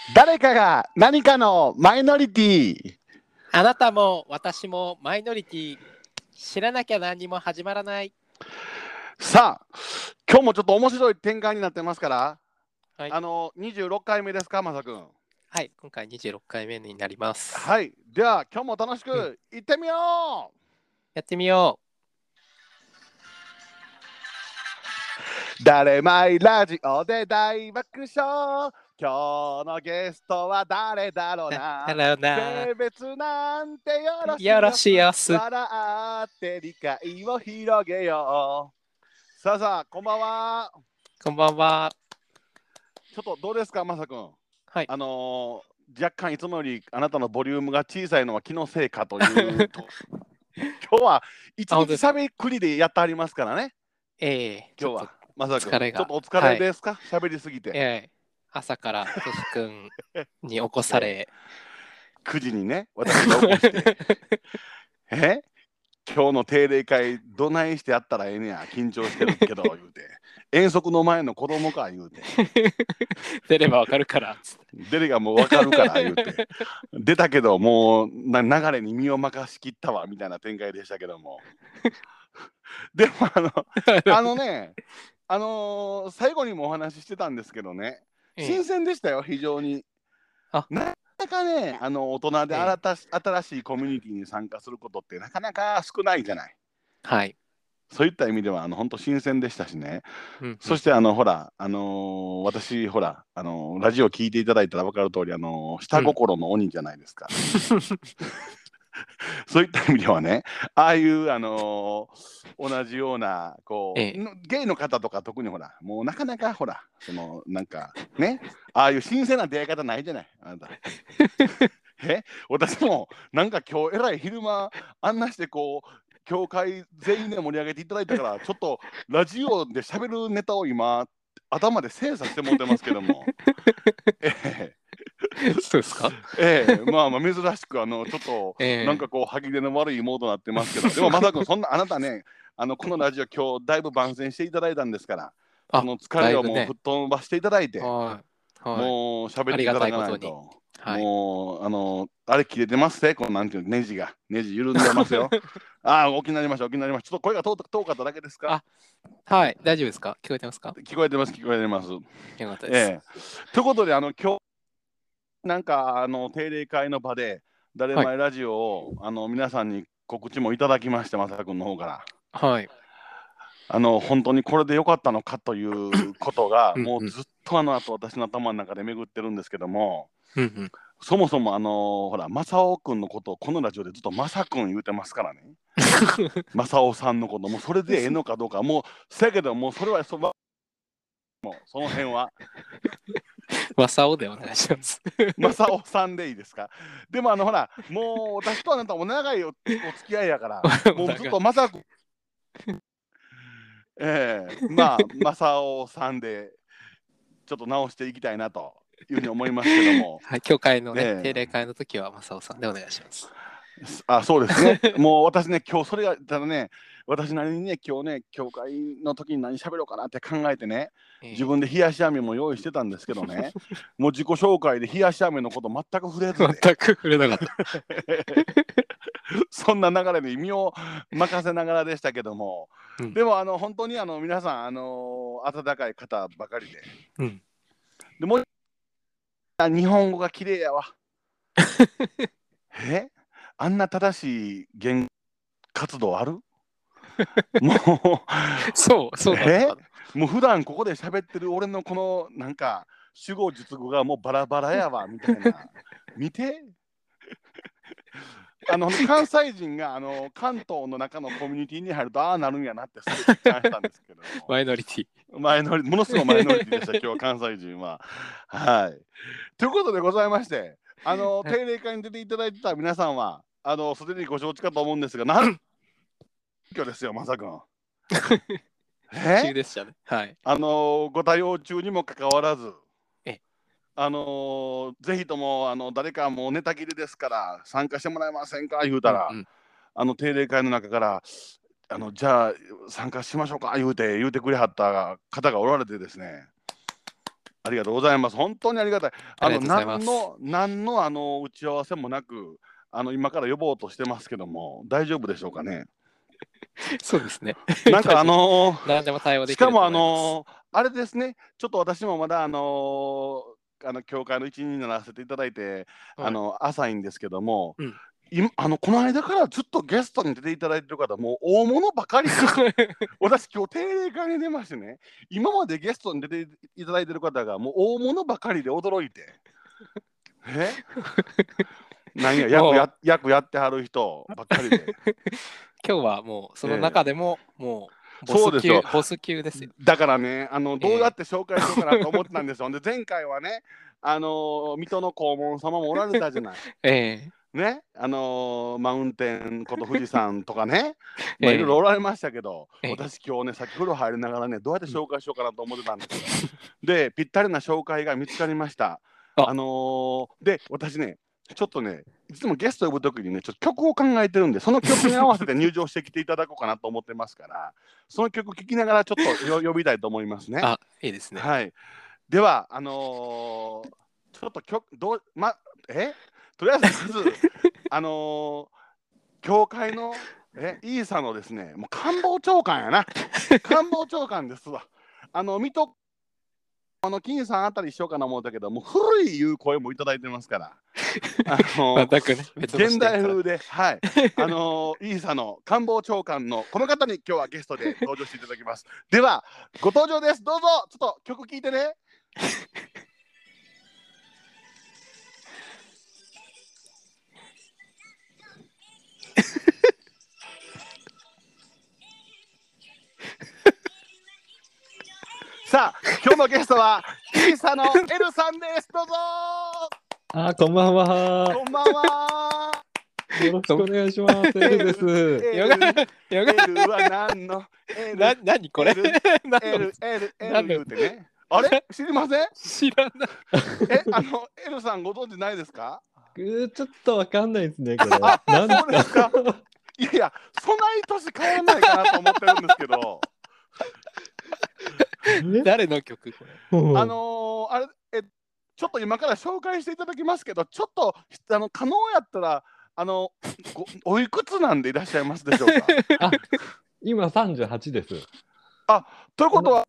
誰かが何かのマイノリティ。 あなたも私もマイノリティ。知らなきゃ何にも始まらない。 さあ、今日もちょっと面白い展開になってますから、 はい、 26回目ですか、まさくん。 はい、今回26回目になります。 はい、では今日も楽しうん、 くいってみよう。 やってみよ誰まいラジオで大爆笑。今日のゲストは誰だろうう。 な。 だろうな。 性別なんてよろしよろよす。 しやす。 笑って理解を広げよう。さあさあ、こんばんは。 こんばんは。 ちょっとどうですか、まさくん。 はい。 若干いつもよりあなたのボリュームが小さいのは気のせいかというと今日は一日しゃべくりでやってありますからね。今日はまさくん疲れがちょっとお疲れですか、しゃべりすぎて。 朝からとしくんに起こされ、 9時にね私が起こして今日の定例会どないしてやったらええねや、緊張してるけど言うて、遠足の前の子供か言うて出ればわかるから出れがもう分かるから言うて出たけどもう流れに身を任しきったわみたいな展開でしたけどもでも最後にもお話ししてたんですけどね、新鮮でしたよ非常に。なかなかね大人で新しいコミュニティに参加することってなかなか少ないじゃない。 はい。 そういった意味では本当新鮮でしたしね、そしてほら私ほらラジオ聞いていただいたら分かる通り下心の鬼じゃないですか、そういった意味ではね、ああいう同じようなゲイの方とか特にほらもうなかなかほらなんかね、ああいう新鮮な出会い方ないじゃないあなた私もなんか今日えらい昼間あんなして教会全員で盛り上げていただいたからちょっとラジオで喋るネタを今頭で精査してもうてますけどもそうですか。 まあ珍しくちょっとなんか歯切れの悪いモードになってますけど、でもまさくんそんなあなたねこのラジオ今日だいぶ番宣していただいたんですから、その疲れをもう吹っ飛ばしていただいて、もう喋っていただかないと。もうあれ切れてますね、このなんていうネジ緩んでますよ。ああ、大きなりました。ちょっと声が遠かっただけですか。 はい、大丈夫ですか。聞こえてますか。 聞こえてます。よかったです。 ということで今日なんか定例会の場で誰前ラジオを皆さんに告知もいただきまして、まさくんの方から。 はい。 本当にこれでよかったのかということがもうずっと後私の頭の中で巡ってるんですけども、そもそもほら正雄くんのことをこのラジオでずっとまさくん言うてますからね正雄さんのこともそれでええのかどうかもうせやけどもうそれはもうその辺は正雄でお願いします。 正雄さんでいいですか。でもほらもう私とあなたお長いお付き合いやからもうずっと正くんまあ正雄さんでちょっと直していきたいなというふうに思いますけどもはい、教会のね、定例会の時は正雄さんでお願いします。 そうですね。もう私ね、今日それがただね、私なりにね、今日ね、教会の時に何喋ろうかなって考えてね、自分で冷やし飴も用意してたんですけどね、もう自己紹介で冷やし飴のこと全く触れずで。 全く触れなかった。 そんな流れに身を任せながらでしたけども、でも本当に皆さん温かい方ばかりで。でもう日本語が綺麗やわ。あんな正しい言活動あるもうそうもう普段ここで喋ってる俺のこのなんか主語述語がもうバラバラやわみたいな見て関西人が関東の中のコミュニティに入るとああなるんやなってすごい実感したんですけどマイノリティものすごいマイノリティでした今日は関西人は。はいということでございまして、定例会に出ていただいてた皆さんはすでにご承知かと思うんですが、なん今日ですよ、まさくん。 中でしたね。はい。 ご多用中にもかかわらず、ぜひとも誰かもうネタ切れですから参加してもらえませんか言うたら、定例会の中からじゃあ参加しましょうか言うてくれはった方がおられてですね、 ありがとうございます。本当にありがたい。何の打ち合わせもなく、今から呼ぼうとしてますけども、大丈夫でしょうかね。 そうですね。 なんか何でも対応でしかきると思います。 もあれですね、ちょっと私もまだ教会の一員にならせていただいて、 はい、 浅いんですけども、 うん、 この間からずっとゲストに出ていただいてる方、もう大物ばかりで私今日定例会に出ましてね、今までゲストに出ていただいてる方がもう大物ばかりで驚いて何や役やってはる人ばっかりで今日はもうその中でももうボス級ですよ。 だからね、どうやって紹介しようかなと思ってたんですよ。で前回はね、水戸の黄門様もおられたじゃない。ね、マウンテンこと富士山とかね、いろいろおられましたけど、私今日ね、先風呂入りながらね、どうやって紹介しようかなと思ってたんですよ。で、ぴったりな紹介が見つかりました。で、私ね、ちょっとね、いつもゲスト呼ぶときにね、ちょっと曲を考えてるんで、その曲に合わせて入場してきていただこうかなと思ってますから、その曲聴きながらちょっと呼びたいと思いますね。 いいですね。 はい。では、ちょっと曲、とりあえずまず、教会のイーサのですね、もう官房長官やな。官房長官ですわ。水戸金さんあたりしようかな思ったけど、もう古いいう声もいただいてますから。現代風で、はい。イーサの官房長官のこの方に今日はゲストで登場していただきます。では、ご登場です。どうぞ、ちょっと曲聴いてね。さあ、今日のゲストはイーサのエルさんです。どうぞ。 こんばんは。 こんばんは。 よろしくお願いします。エルです。 エルは何の何これエル言うてね。あれ知りません？ 知らない。 エルさんご存知ないですか？ ちょっとわかんないですね、これ。 そうですか。いや、そない年変わらないかなと思ってるんですけど。 誰の曲これ？ あれちょっと今から紹介していただきますけど、ちょっと可能やったらおいくつなんでいらっしゃいますでしょうか？ 今38です。 ということは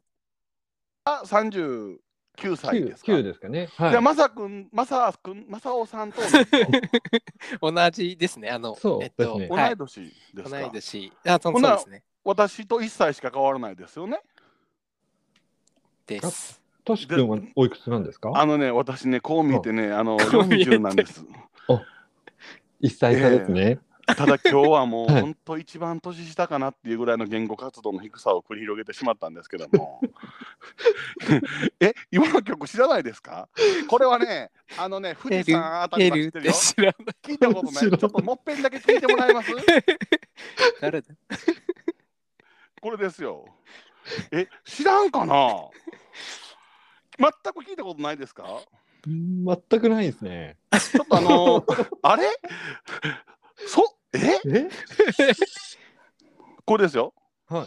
39歳ですか？ 9ですかね。 じゃあマサオさんと同じですね。 そうですね。 同い年ですか？ 同い年。そうですね。 私と1歳しか変わらないですよね。 です。 トシ君はおいくつなんですか？ 私ね、こう見てね、40なんです。 1歳差ですね。 ただ今日はもう本当一番年下かなっていうぐらいの言語活動の低さを繰り広げてしまったんですけども今の曲知らないですか？これはね、富士山あたりは知ってるよ。聞いたことない。ちょっともっぺんだけ聞いてもらえます？ 誰だ？ これですよ。知らんかな？全く聞いたことないですか？ 全くないですね。 ちょっとあれこれですよ。 はい。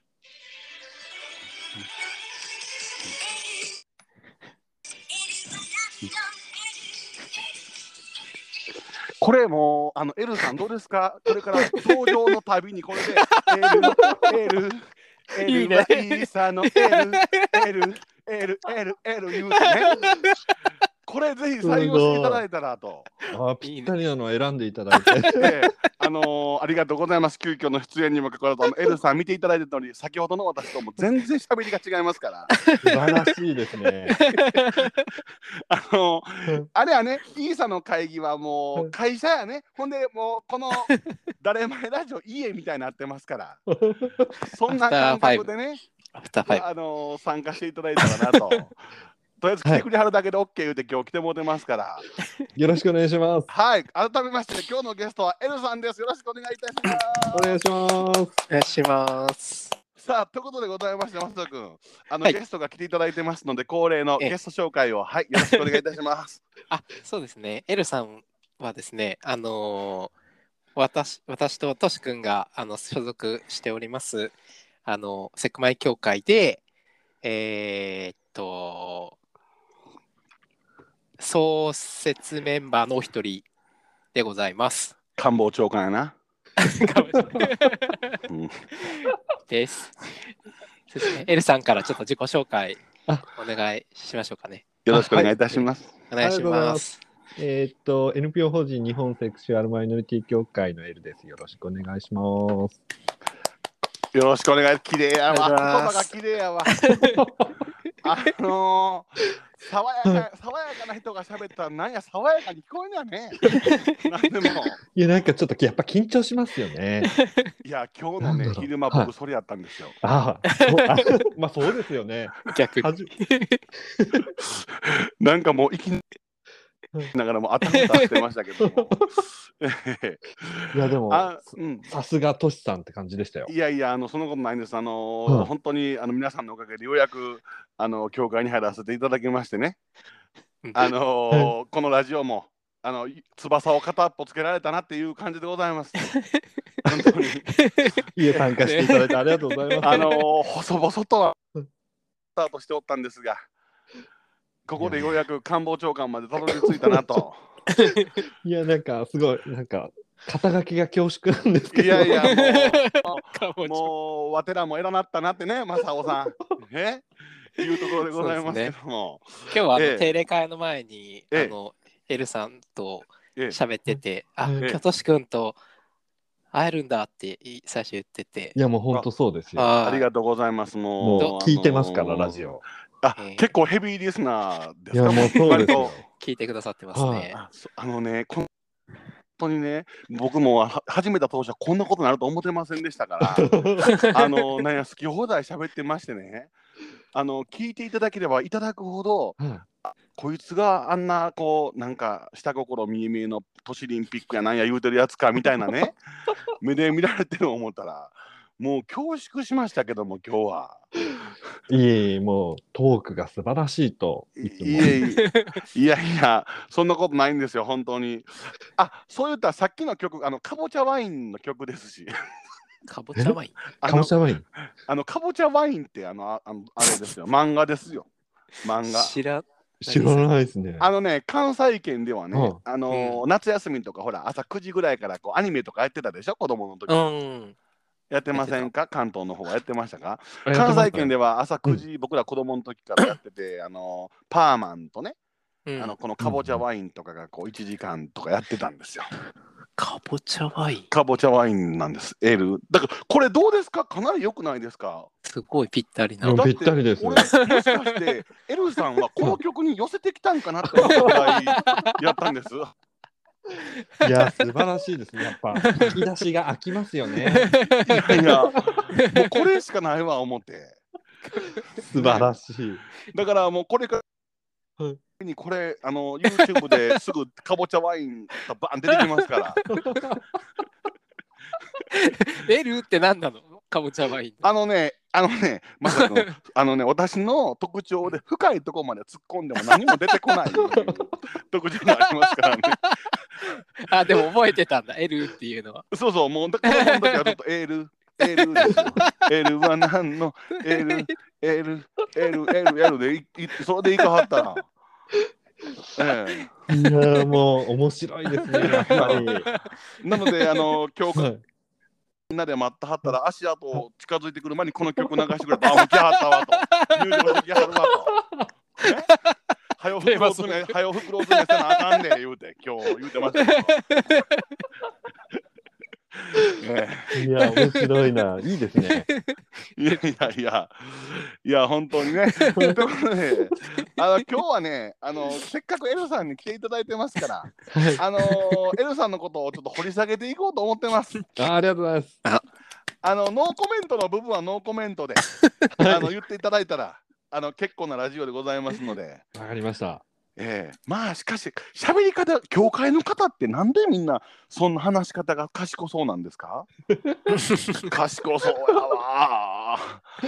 これもうエルさんどうですか？これから登場のたびにこれでエルイーサのエル言うてね。これぜひ採用していただいたらと。 ぴったりなのを選んでいただいて。 ありがとうございます。急遽の出演にもかかわらず、エルさん見ていただいてたのに、先ほどの私とも全然喋りが違いますから。 素晴らしいですね。 あれはね、イーサの会議はもう会社やね。ほんで、もうこの誰前ラジオ家みたいになってますから。そんな感覚でね、参加していただいたらなと。とりあえず来てくれはるだけで OK 言うて今日来てもらってますから。 よろしくお願いします。 はい、改めまして今日のゲストはエルさんです。よろしくお願いいたします。 お願いします。 お願いします。 さあ、ということでございまして、松田君、ゲストが来ていただいてますので、恒例のゲスト紹介を、よろしくお願いいたします。 そうですね。エルさんはですね、私とトシ君が所属しておりますセクマイ協会で創設メンバーのお一人でございます。 官房長官やな。 です。そうですね。エルさんからちょっと自己紹介お願いしましょうかね。 よろしくお願いいたします。 お願いします。 NPO 法人日本セクシュアルマイノリティ協会のエルです。よろしくお願いします。 よろしくお願い。綺麗やわ。言葉が綺麗やわ。爽やかな人が喋ったらなんや爽やかに聞こえんやね。なんでも。 いやなんかちょっとやっぱ緊張しますよね。 いや今日のね昼間僕それやったんですよ。 まあそうですよね。 逆に。 なんかもういきながらも頭出してましたけども。 いやでもさすがトシさんって感じでしたよ。 いやいやそんなことないんです。本当に皆さんのおかげでようやく教会に入らせていただきましてね。このラジオも翼を片っぽつけられたなっていう感じでございます。本当にいえ参加していただいてありがとうございます。 細々とはスタートしておったんですが、ここでようやく官房長官までたどり着いたなと。 いやなんかすごいなんか肩書きが恐縮なんですけど。 いやいやもうわてらも偉なったなってね、正雄さん。いうところでございますけども。 今日は定例会の前にエルさんと喋ってて、今日トシ君と会えるんだって最初言ってて。 いやもう本当そうですよ。 ありがとうございます。 もう聞いてますからラジオ。 結構ヘビーリスナーですか。 いやもうそうですよ。 聞いてくださってますね。 本当にね、僕も始めた当初はこんなことになると思ってませんでしたからなんや好き放題喋ってましてね、聞いていただければいただくほど、こいつがあんなこうなんか下心見え見えの都市リンピックやなんや言うてるやつかみたいなね目で見られてる思ったらもう恐縮しましたけども今日は。 いえもうトークが素晴らしいといつも。 いやいやそんなことないんですよ本当に。そう言ったらさっきの曲かぼちゃワインの曲ですし。 かぼちゃワイン。 かぼちゃワイン。 かぼちゃワインってあれですよ漫画ですよ漫画。 知らないですね。 関西圏ではね、夏休みとかほら朝9時ぐらいからこうアニメとかやってたでしょ子供の時。やってませんか？関東の方はやってましたか？関西圏では朝9時、僕ら子供の時からやっててパーマンとね、このかぼちゃワインとかがこう1時間とかやってたんですよ。 かぼちゃワイン。 かぼちゃワインなんです。エール。だからこれどうですか？かなり良くないですか？ すごいぴったりな。 ぴったりです。 もしかしてエルさんはこの曲に寄せてきたんかなって思うぐらいやったんです。 いや素晴らしいですね。やっぱ引き出しが開きますよね。 いやもうこれしかないわ思って。 素晴らしい。 だからもうこれからにこれYouTube ですぐかぼちゃワインがバーン出てきますから。 L って何なの？かぼちゃワイン。 まさか私の特徴で深いところまで突っ込んでも何も出てこない特徴がありますからね。 でも覚えてたんだ L っていうのは。 そうもう子供の時はちょっと L ですよ。L は何の L でそれでいかはったら。 いやもう面白いですねやっぱり。 なので今日みんなで待ってはったら足跡近づいてくる前にこの曲流してくれたらもう来はったわと入場してきはるわと。はよ袋詰めせなあかんで言うて今日言うてましたけど。 いや面白いな。いいですね。 いや本当にね。ということで今日はねせっかくエルさんに来ていただいてますからエルさんのことをちょっと掘り下げていこうと思ってます。 ありがとうございます。 ノーコメントの部分はノーコメントで言っていただいたら結構なラジオでございますので。 わかりました。 まあしかし喋り方教会の方ってなんでみんなそんな話し方が賢そうなんですか？賢そうやわ。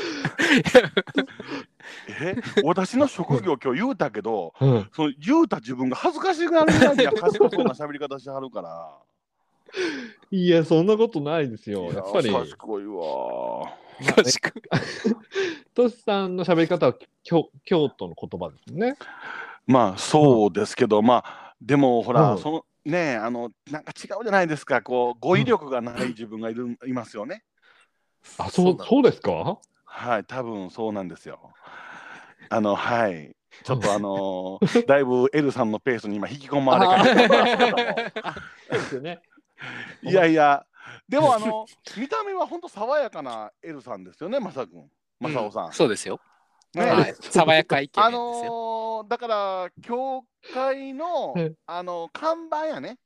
私の職業今日言うたけど、その言うた自分が恥ずかしがるぐらいや賢そうな喋り方してはるから。 いやそんなことないですよ。やっぱり賢いわ。 トシさんの喋り方は京都の言葉ですね。 まあそうですけど、まあでもほら、そのねなんか違うじゃないですか、こう語彙力がない自分がいますよね。 あ、そうですか？ はい、多分そうなんですよ。はい、ちょっとだいぶ L さんのペースに今引き込まれかけてますけども。 そうですよね。 いやいや、でも見た目は本当爽やかな L さんですよね、まさおさん。 そうですよ。 ね、 爽やかイケメンですよ。 だから教会の看板やね。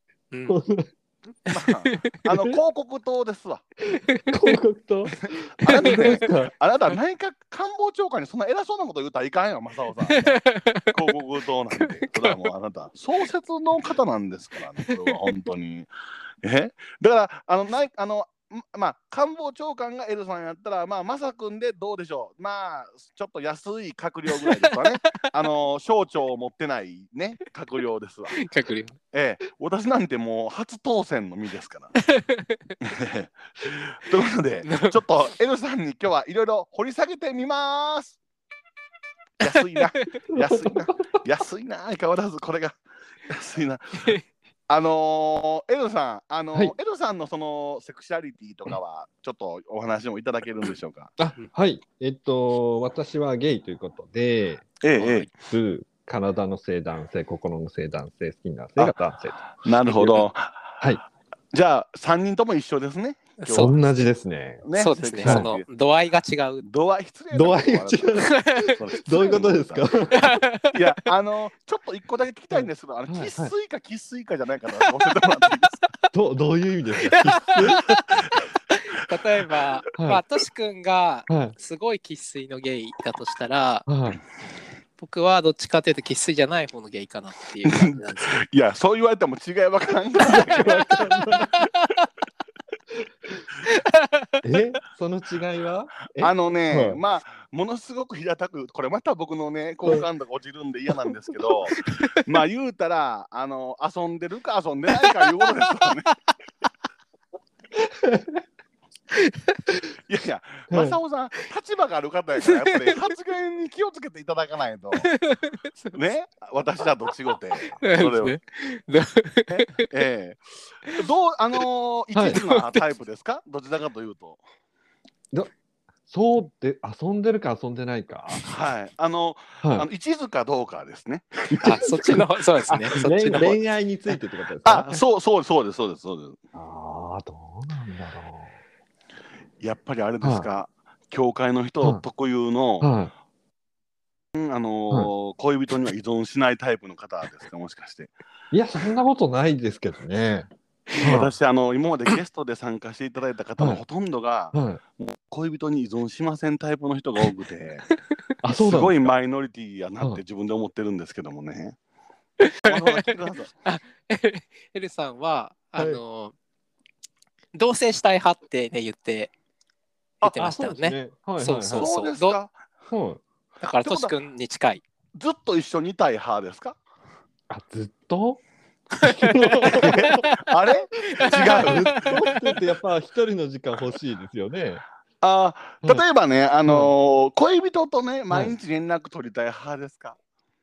広告塔ですわ。 広告塔。 あなた内閣官房長官にそんな偉そうなこと言うたらいかんよ、正雄さん。広告塔なんて。それはもうあなた創設の方なんですからね、これは本当に。だからまあ官房長官が L さんやったら、まあまさくんでどうでしょう。まあちょっと安い閣僚ぐらいですかね。省庁を持ってないね閣僚ですわ。 閣僚。 私なんてもう初当選の身ですから。ということで、ちょっと L さんに今日はいろいろ掘り下げてみます。安いな、安いな、相変わらずこれが安いな。L さん、L さんのそのセクシャリティとかはちょっとお話もいただけるんでしょうか。 はい、私はゲイということで、体の性男性、心の性男性、好きな性が男性と。なるほど。 はい。 じゃあ3人とも一緒ですね。 同じですね。 そうですね。その度合いが違う。 度合いが違う。 どういうことですか？ いや、ちょっと一個だけ聞きたいんですけど、生粋か生粋かじゃないかな、教えてもらっていいですか？ どういう意味ですか？ 例えば、としくんがすごい生粋のゲイだとしたら、僕はどっちかというと生粋じゃない方のゲイかなっていう感じなんですよ。 いや、そう言われても違いわからん。 その違いはまあものすごく平たく、これまた僕のね好感度が落ちるんで嫌なんですけど、まあ言うたら遊んでるか遊んでないかいうことですよね。いやいや、正雄さん立場がある方やからやっぱり発言に気をつけていただかないとね、私だと違ってそれを一途なタイプですか？どちらかというと。 そうで遊んでるか遊んでないか。 一途かどうかですね。 そっちのそうですね。 恋愛についてってことですか？ そうです。 どうなんだろう。 やっぱりあれですか、教会の人特有の恋人には依存しないタイプの方ですか、もしかして。 いや、そんなことないですけどね。 私今までゲストで参加していただいた方のほとんどが恋人に依存しませんタイプの人が多くて、すごいマイノリティやなって自分で思ってるんですけどもね。 エルさんは同棲したい派ってね言ってましたよね。 そうですか。 だからとしくんに近い。 ずっと一緒にいたい派ですか？ ずっとあれ？違う。 ずっとってやっぱ一人の時間欲しいですよね。 例えばね、恋人とね毎日連絡取りたい派ですか？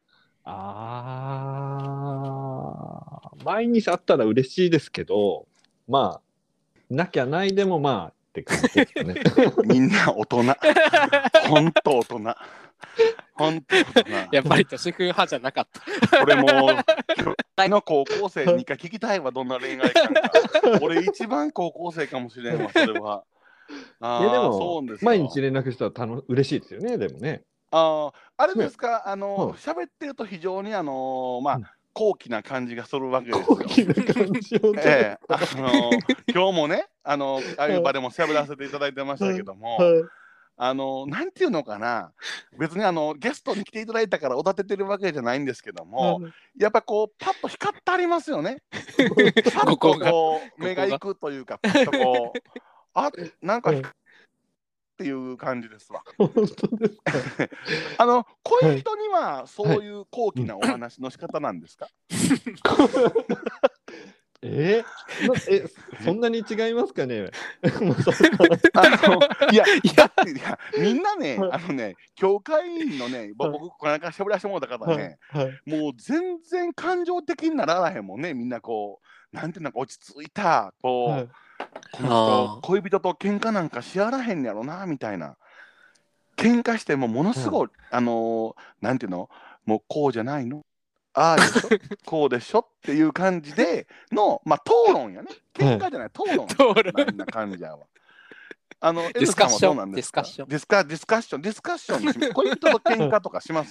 毎日あったら嬉しいですけど、まあなきゃないでもまあって感じですかね。 みんな大人。本当大人。 やっぱりとしくん派じゃなかった。 これもうの高校生にか聞きたいわ、どんな恋愛観か。俺一番高校生かもしれんわ、それは。 いやでも毎日連絡したら嬉しいですよね、でもね。 あれですか、喋ってると非常に高貴な感じがするわけですよ。 高貴な感じを今日もねああいう場でも喋らせていただいてましたけども、なんていうのかな、別にゲストに来ていただいたからおだててるわけじゃないんですけども、やっぱこうパッと光ってありますよね。パッとこう目がいくというか、パッとこうなんかっていう感じですわ。 本当ですか？ 恋人にはそういう高貴なお話の仕方なんですか？ そんなに違いますかね。 いやみんなね、教会員のね、僕この間しゃべらせてもらった方ね、もう全然感情的にならないもんね。みんなこうなんていうのか落ち着いたこう、この人恋人と喧嘩なんかしやらへんやろなみたいな。喧嘩してもものすごい、なんていうの、もうこうじゃないの、ああでしょこうでしょっていう感じでの、まあ討論やね。喧嘩じゃない、討論みんな感じやわ。 ディスカッション、 ディスカッション恋人と喧嘩とかします？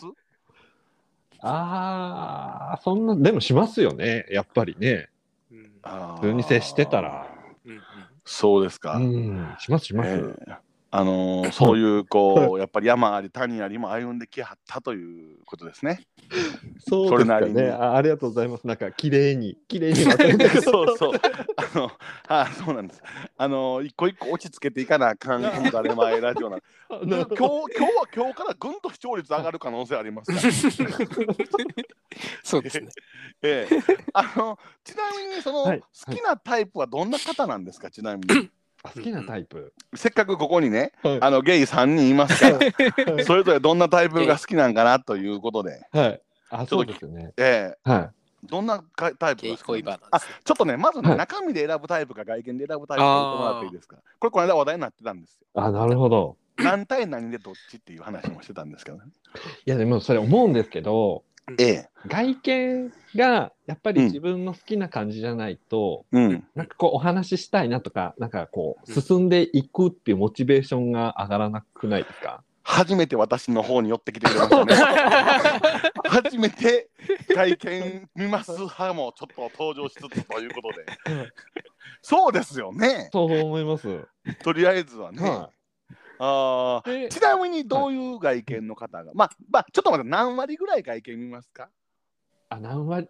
そんなでもしますよね、やっぱりね。普通に接してたら。 そうですか。 します。 そういうこうやっぱり山あり谷ありも歩んできはったということですね。 そうですかね。ありがとうございます。なんか綺麗にまとめてそうそうなんです。一個一個落ち着けていかなあかんかもだれ前ラジオなんで。今日からぐんと視聴率上がる可能性ありますから。 そうですね。 ちなみにその好きなタイプはどんな方なんですか？ちなみに。 好きなタイプ、 せっかくここにね、ゲイ3人いますからそれぞれどんなタイプが好きなんかなということで、 そうですよね。 どんなタイプが好きなんですか？ちょっとね、まずね、中身で選ぶタイプか外見で選ぶタイプか言ってもらっていいですか？これこの間話題になってたんですよ。 なるほど。 何対何でどっちっていう話もしてたんですけどね。 いやでもそれ思うんですけど、外見がやっぱり自分の好きな感じじゃないと、なんかこうお話ししたいなとか、なんかこう進んでいくっていうモチベーションが上がらなくないですか？ 初めて私の方に寄ってきてくれましたね。初めて外見見ます派もちょっと登場しつつということで。そうですよね。 そう思います。 とりあえずはね。ちなみにどういう外見の方が、まあちょっと待って、何割ぐらい外見見ますか？ 何割、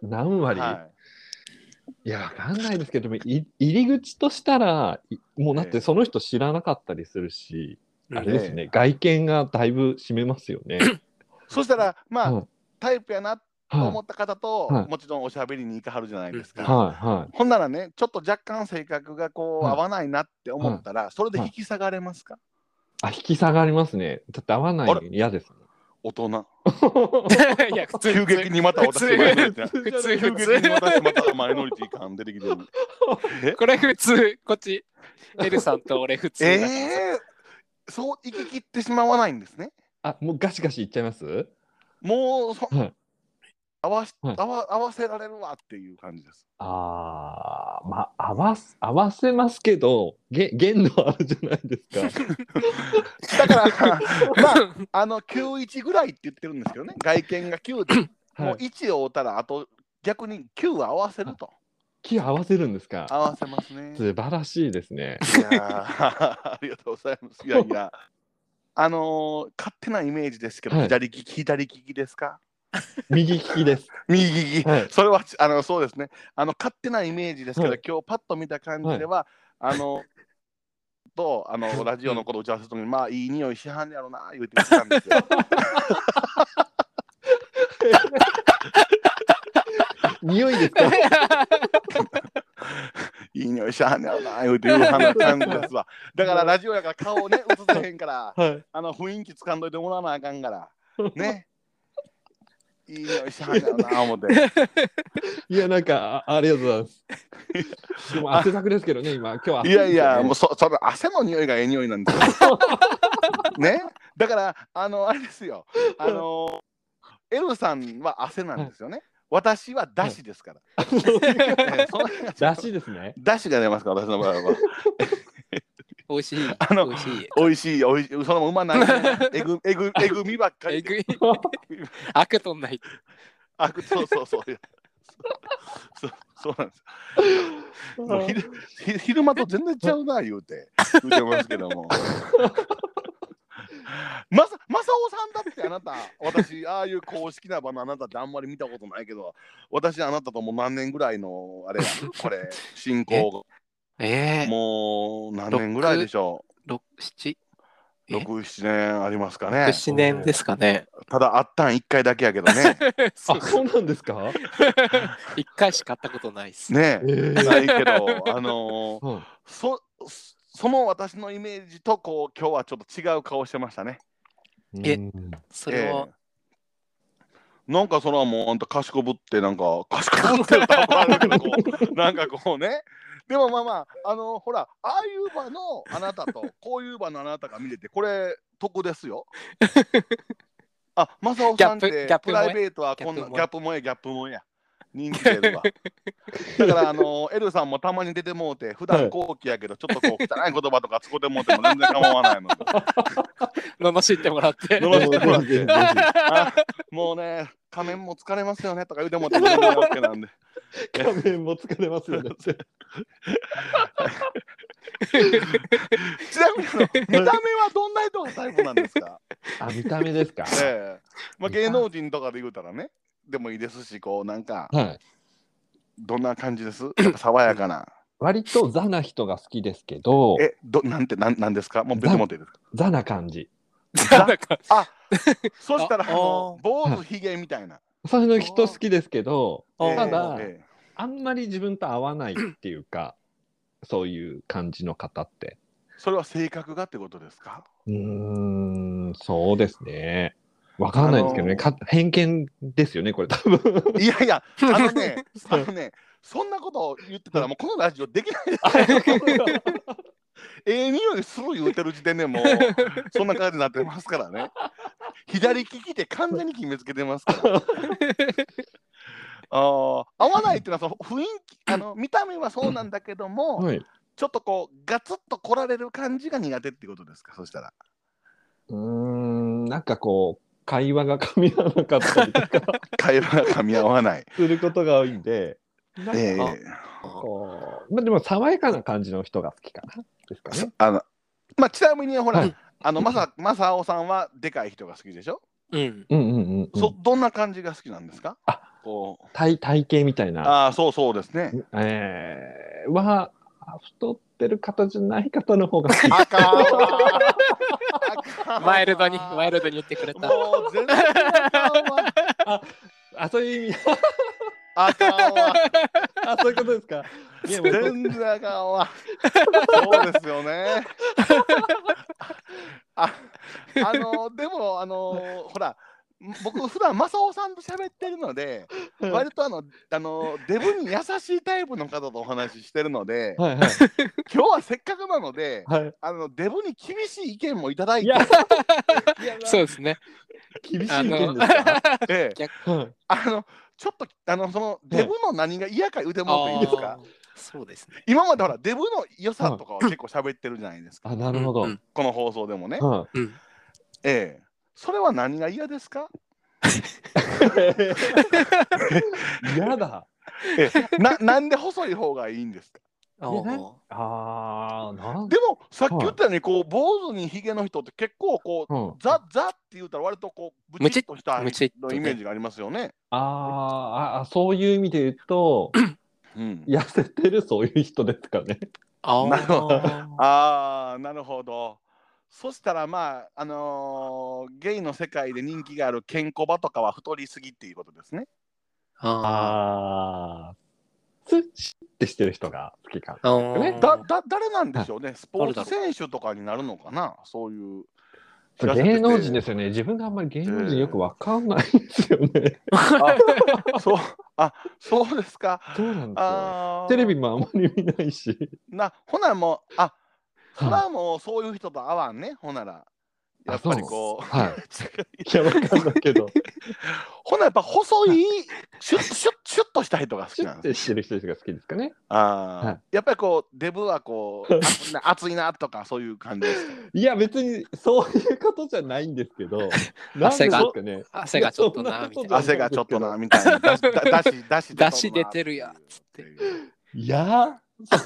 いやわかんないですけども、入り口としたらもうだってその人知らなかったりするし、あれですね、外見がだいぶ占めますよね。 そしたらまあ、タイプやなと思った方と、もちろんおしゃべりに行かはるじゃないですか。ほんならね、ちょっと若干性格がこう合わないなって思ったら、それで引き下がれますか？ 引き下がりますね。だって合わないの嫌ですもん。 大人。 いや、普通。 急激にまた私マイノリティ。 普通。 急激に私またマイノリティ感出てきてる。 これ普通、こっち。エルさんと俺普通。 そう行き切ってしまわないんですね。 もうガシガシいっちゃいます？ もう合わせられるわっていう感じです。 まあ合わせますけど限度あるじゃないですか。だからまあ91ぐらいって言ってるんですけどね。外見が9で、もう1を追ったらあと逆に9は合わせると。 9合わせるんですか？ 合わせますね。 素晴らしいですね。 いやありがとうございます。いや勝手なイメージですけど、左利きですか？ 右利きです。 右利き、それはそうですね。勝手なイメージですけど、今日パッと見た感じでは、ラジオのこと打ち合わせするときに、まあいい匂いしはんやろな言うて言ってたんですよ。 匂いですか？ いい匂いしはんやろな言うて言う感じですわ。だからラジオやから顔ね映せへんから、雰囲気掴んどいてもらわなあかんからね。いい匂いしはんやろな思って。 いやなんかありがとうございます。でも汗だくですけどね今日は。 いやもうその汗の匂いがええ匂いなんですよ。ね。だからあれですよ。エルさんは汗なんですよね。私はだしですから。 だしですね。 だしが出ますから私の場合は。 おいしい。 おいしい。そのうまない。えぐみばっかり。 悪とない。 そう。そうなんです。昼間と全然ちゃうな言うてますけども。マサオさんだってあなた、私ああいう公式な場のあなたってあんまり見たことないけど、私あなたともう何年ぐらいのあれやこれ進行もう何年ぐらいでしょう。 6、7 6、7年ありますかね。 6、7年ですかね。 ただ会ったん1回だけやけどね。 あ、そうなんですか。 1回しか会ったことないですね。ないけど、その私のイメージとこう今日はちょっと違う顔してましたね。 それは、 なんかそれはもうあんた賢ぶってなんか賢ぶってると怒られるけどこうなんかこうね。でもまあまあほらああいう場のあなたとこういう場のあなたが見れてこれ得ですよ。あ、正雄さんってプライベートはこんなギャップ萌えや。人気出るわ。だからエルさんもたまに出てもうて普段後期やけどちょっとこう汚い言葉とか使ってもうても全然構わないので。 罵ってもらって。 もうね仮面も疲れますよねとか言うてもって全然 OK なんで。 仮面も疲れますよね。 ちなみに見た目はどんな人がタイプなんですか？ あ、見た目ですか。 まあ芸能人とかで言うたらねでもいいですしこうなんか、どんな感じです？爽やかな。 割とザな人が好きですけど。 なんですか？もう別も出る。 ザな感じ。 あ、そしたら坊主ひげみたいな。 そういう人好きですけど、ただあんまり自分と合わないっていうか、そういう感じの方って。 それは性格がってことですか？ そうですね。わかんないですけどね、偏見ですよねこれ多分。 いやいやそんなことを言ってたらもうこのラジオできないです匂いする言うてる時点でもうそんな感じになってますからね。左利きで完全に決めつけてますから合わないっていうのは雰囲気見た目はそうなんだけども、ちょっとこうガツッと来られる感じが苦手っていうことですか？そしたらなんかこう会話が噛み合わなかったりとか会話が噛み合わないすることが多いんで、でも爽やかな感じの人が好きかなですかね。 まあちなみにほら、正雄さんはでかい人が好きでしょ？どんな感じが好きなんですか？ 体型みたいな。 そうですね。 太ってる方じゃない方の方が好き。 ワイルドに言ってくれた。 もう全然そういう意味。 あかんわ。 そういうことですか。 全然あかんわ。そうですよね。でもほら僕普段正雄さんと喋ってるので割とデブに優しいタイプの方とお話ししてるので今日はせっかくなのでデブに厳しい意見もいただいてそうですね。 厳しい意見ですか？ ちょっとそのデブの何が嫌か言うてもいいですか？ そうですね。 今までほらデブの良さとかは結構喋ってるじゃないですか。 なるほど。 この放送でもね。それは何が嫌ですか？ 嫌だ。 なんで細い方がいいんですか？ でもさっき言ったようにこう坊主にひげの人って結構こうザって言うたら割とこうブチッとしたのイメージがありますよね。 そういう意味で言うと痩せてるそういう人ですかね。 なるほど。そしたらまあゲイの世界で人気があるケンコバとかは太りすぎっていうことですね。 ツッってしてる人が好きかね。誰なんでしょうね。スポーツ選手とかになるのかな。そういう芸能人ですよね。自分があんまり芸能人よくわかんないんですよね。 そうですか。 そうなんですよ。テレビもあんまり見ないし。 ほなもうそれはもうそういう人と会わんね。ほならやっぱりこういやわかんないけどほなやっぱ細いシュッとした人が好きなんです。 シュッてしてる人が好きですかね。 やっぱりこうデブはこう熱いなとかそういう感じですか？ いや別にそういうことじゃないんですけど、 汗がちょっとなみたいな。 汗がちょっとなみたいな。 だし出てるやつって。 いや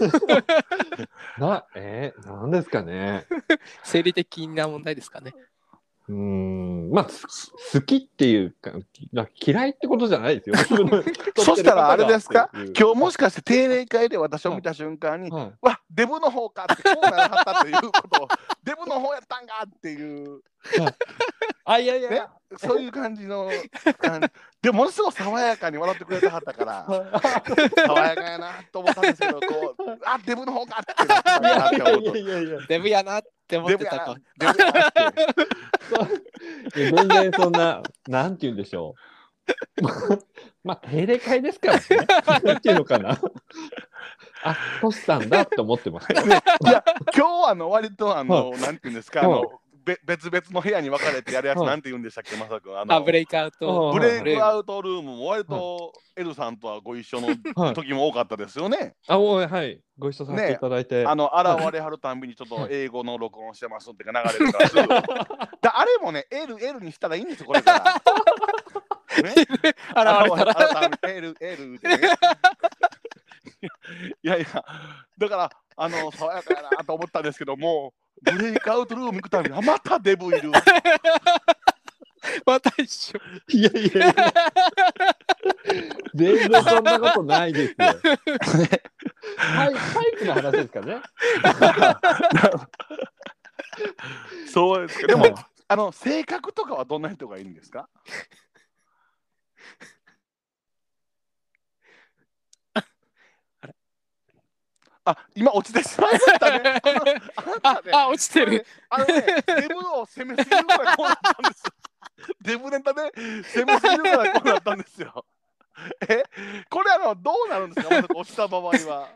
なんですかね。 生理的な問題ですかね。 まあ好きっていうか嫌いってことじゃないですよ。 そしたらあれですか？今日もしかして定例会で私を見た瞬間に、わデブの方かってこうならはったということをデブの方やったんかっていう。 いやそういう感じのでものすごく爽やかに笑ってくれたはったから爽やかやなと思ったんですけど、こうデブの方かってなったなって思うとデブやなって思ってたか。 デブやなって全然そんななんて言うんでしょうまあ定例会ですからねなんていうのかなトシさんだって思ってました、ね、 いや今日割となんていうんですか別々の部屋に分かれてやるやつなんて言うんでしたっけ、まさくん。 ブレイクアウト。 ブレイクアウトルームも割とエルさんとはご一緒の時も多かったですよね。 はい、ご一緒させていただいて。 現れはるたんびにちょっと英語の録音してますって流れるからあれもね、L にしたらいいんですよ、これから。ね、現れたら L でね。いやいや、だから爽やかやなと思ったんですけども、ブレイクアウトルーム行くたびにまたデブいる。 また一緒。 いや全然そんなことないですよ。タイプの話ですからね。 そうですか。でも性格とかはどんな人がいいんですか？今落ちてしまいましたね。 落ちてる。 デブを攻めすぎるからこうなったんです。デブネタで攻めすぎるからこうなったんですよ。これどうなるんですか？まず落ちた場合は。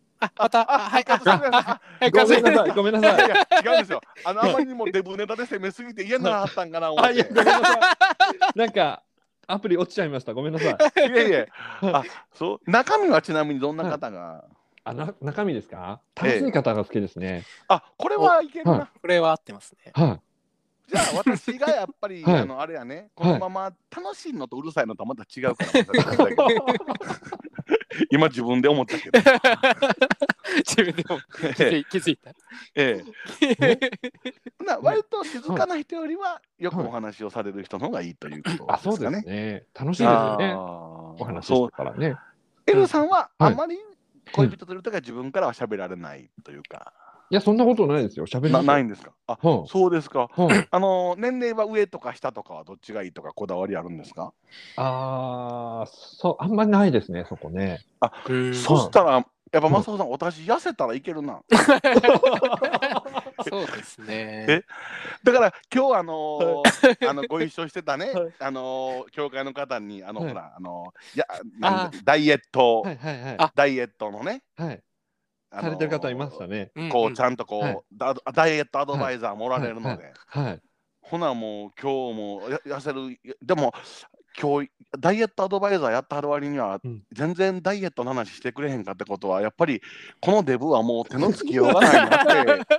ごめんなさい。 違うんですよ。あまりにもデブネタで攻めすぎて嫌になったんかな思って。 ごめんなさい。なんかアプリ落ちちゃいました。ごめんなさい。 いやそう。中身はちなみにどんな方が？ 中身ですか？楽しい方が好きですね。 これはいけるな。 これは合ってますね。 じゃあ私がやっぱりあれやね、このまま楽しいのとうるさいのとまた違うから今自分で思ったけど自分でも気づいた。 割と静かな人よりはよくお話をされる人の方がいいということですかね。 そうですね。楽しいですよね。お話してからね。 エルさんはあまり恋人といるときは自分からは喋られないというか。 いや、そんなことないですよ。喋りないんですか？そうですか。年齢は上とか下とかはどっちがいいとかこだわりあるんですか？ あんまりないですね、そこね。 そしたら、やっぱマサオさん、私痩せたらいけるな。 そうですね。 だから今日ご一緒してたね、教会の方にほらダイエットのね。 されてる方いましたね。 こうちゃんとダイエットアドバイザーもられるので、ほなもう今日も痩せる。でも今日ダイエットアドバイザーやったはる割には全然ダイエットの話してくれへんかってことは、やっぱりこのデブはもう手のつきようがないな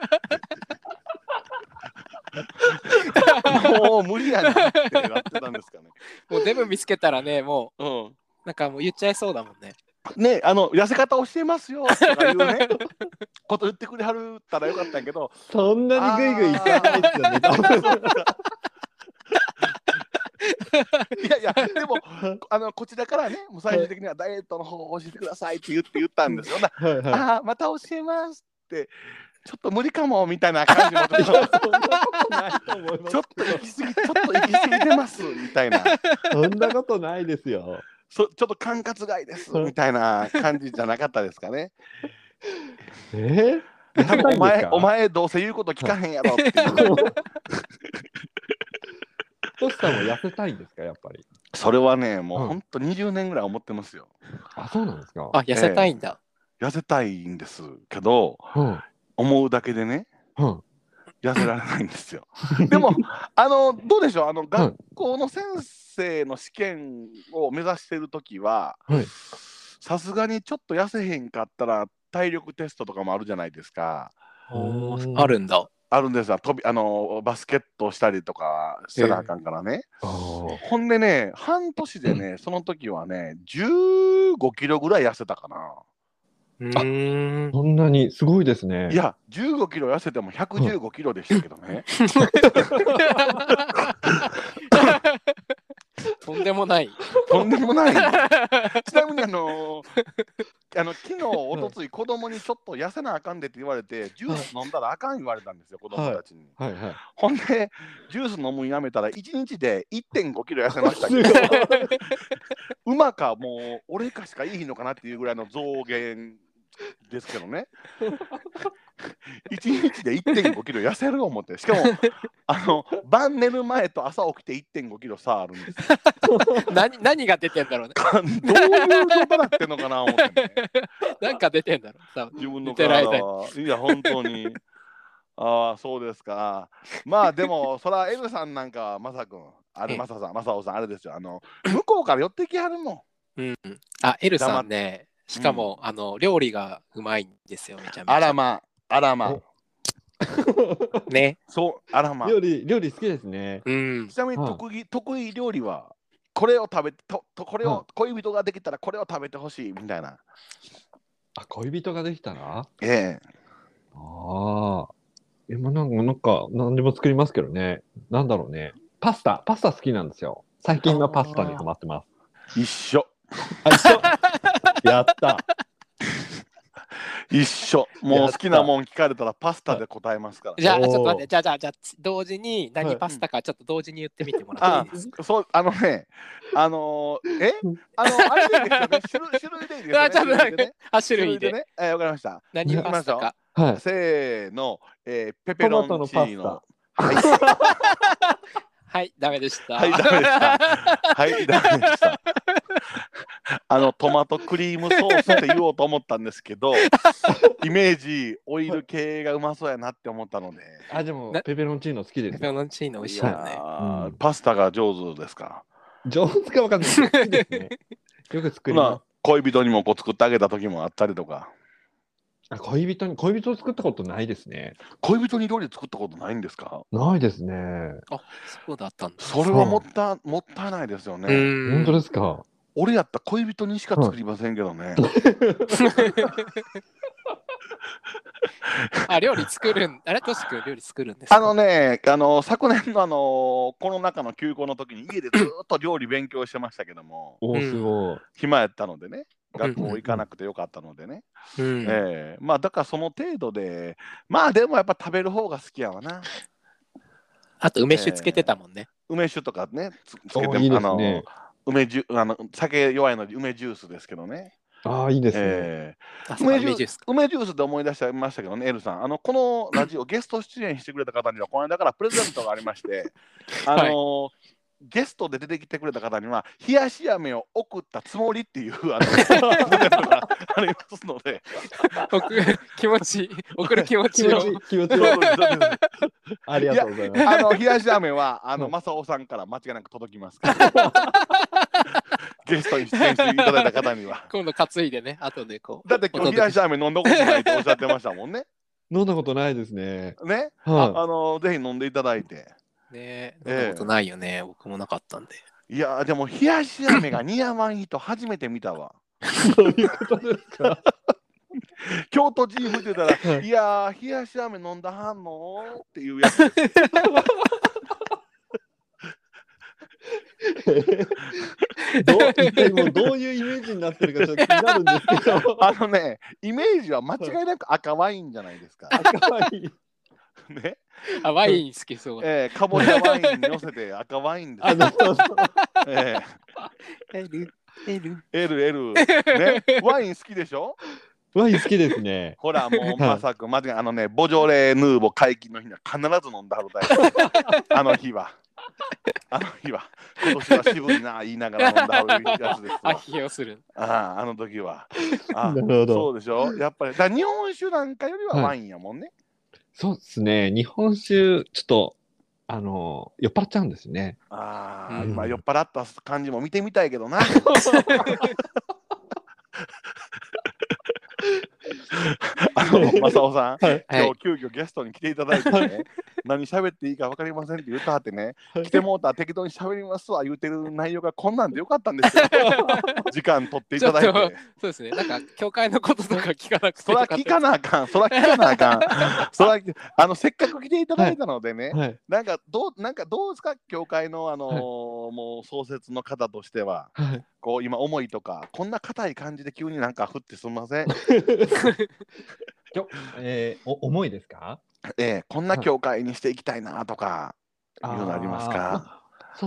ってもう無理やなってなってたんですかね。 もうデブ見つけたらね、もうなんかもう言っちゃいそうだもんね。 痩せ方教えますよとかいうねこと言ってくれはるったらよかったんやけど、 そんなにグイグイ言ってないですよね。 いやでもこちらからね、もう最終的にはダイエットの方を教えてくださいって言ったんですよ。また教えますってちょっと無理かもみたいな感じもちょっと行き過ぎてますみたいな。 そんなことないですよ。 ちょっと管轄外ですみたいな感じじゃなかったですかね。お前どうせ言うこと聞かへんやろっていう。 トシさんも痩せたいんですか、やっぱり。 それはね、もうほんと20年ぐらい思ってますよ。 そうなんですか。 痩せたいんだ。 痩せたいんですけど、思うだけでね、痩せられないんですよ。でもどうでしょう、学校の先生の試験を目指してるときは、さすがにちょっと痩せへんかったら体力テストとかもあるじゃないですか。 あるんだ。 あるんですよ。バスケットしたりとかせなあかんからね。ほんでね、半年でね、その時はね15キロぐらい痩せたかな。 そんなにすごいですね。 いや、15キロ痩せても115キロでしたけどね。 とんでもない。 とんでもない。ちなみに昨日おとつい子供にちょっと痩せなあかんでって言われてジュース飲んだらあかん言われたんですよ子供たちに、 はいはいはい、 ほんでジュース飲むんやめたら1日で 1.5 キロ痩せましたけど馬かもう俺かしかいいのかなっていうぐらいの増減ですけどね1日で 1.5 キロ痩せる思って、しかも晩寝る前と朝起きて 1.5 キロ差あるんです何が出てんだろうねどういう状態なってんのかな思って、ね、 なんか出てんだろう多分自分の体は。いや本当にああそうですか。まあでもそらエルさんなんかマサ君マサオさんあれですよ、向こうから寄ってきはるもん。あエルさんね、しかも、料理がうまいんですよめちゃめちゃ。 あらまね。 そうあらま料理好きですね。 ちなみに得意料理はこれを食べこれを恋人ができたらこれを食べてほしいみたいな。 あ恋人ができたら？ ああ。今なんか何でも作りますけどね。なんだろうね。パスタ好きなんですよ。最近はパスタにハマってます。 一緒。 やった。 一緒。もう好きなもん聞かれたらパスタで答えますから。 じゃあちょっと待って、じゃあ同時に何パスタかちょっと同時に言ってみてもらっていいですか？ そうあれでいいですよね。種類でいいですよね。 ちょっと待って、種類で。 わかりました。 何パスタか。 せーの、ペペロンチーノ。 はい、ダメでした。 はい、ダメでした。はい、ダメでした。トマトクリームソースって言おうと思ったんですけど、イメージオイル系がうまそうやなって思ったので。 でもペペロンチーノ好きです。 ペペロンチーノ美味しいよね。 パスタが上手ですか？ 上手かわかんないですね。よく作ります。 恋人にも作ってあげた時もあったりとか。 恋人作ったことないですね。 恋人に料理作ったことないんですか？ ないですね。 あ、そうだったんだ。 それはもったいないですよね。 本当ですか？ 俺やったら恋人にしか作りませんけどね。 料理作るん、トシ君料理作るんですか？ 昨年のコロナ禍の休校の時に家でずっと料理勉強してましたけども、 すごい。 暇やったのでね、学校行かなくてよかったのでね。まあだからその程度で、まあでもやっぱ食べる方が好きやわな。 あと梅酒つけてたもんね。 梅酒とかねつけていいですね。 酒弱いので梅ジュースですけどね。 いいですね。 梅ジュースで思い出しましたけどね、エルさん。このラジオゲスト出演してくれた方には、この間からプレゼントがありまして、ゲストで出てきてくれた方には、冷やし飴を送ったつもりっていうプレゼントがありますので。 送る気持ちを。 ありがとうございます。 冷やし飴は、正雄さんから間違いなく届きますから。ゲストに出演していただいた方には今度担いでね、後でこう。だって今日冷やし飴飲んだことないとおっしゃってましたもんね。 飲んだことないですね。 ね、ぜひ飲んでいただいて。 ね、飲んだことないよね。僕もなかったんで。 いやでも冷やし飴が似合わん人初めて見たわ。 どういうことですか？ 京都人風ってたら、いや冷やし飴飲んだはんのっていうやつです。 どういうイメージになってるかちょっと気になるんですけどイメージは間違いなく赤ワインじゃないですか。 赤ワインね。 ワイン好きそう。 かぼちゃワインに乗せて赤ワインです。L ね。ワイン好きでしょ？ ワイン好きですね。 ほらもうまさか間違いボジョレ・ヌーボー解禁の日には必ず飲んだはるタイプ。あの日は今年は渋いな言いながら飲んだはるやつですわ。 批評する。 あの時は。 なるほど。 そうでしょ。やっぱり日本酒なんかよりはワインやもんね。 そうですね。日本酒ちょっと酔っ払っちゃうんですね。 今酔っ払った感じも見てみたいけどな。正雄さん、今日急遽ゲストに来ていただいてね、 何喋っていいか分かりませんって言ったはってね、来てもうたら適当に喋りますわ言うてる内容がこんなんでよかったんですよ。時間取っていただいて。 そうですね。なんか教会のこととか聞かなくてそら聞かなあかん。そらせっかく来ていただいたのでね、なんかどうですか、教会のもう創設の方としては、こう今思いとかこんな硬い感じで急になんか振ってすみません。 思いですか？ こんな教会にしていきたいなとかいうのありますか？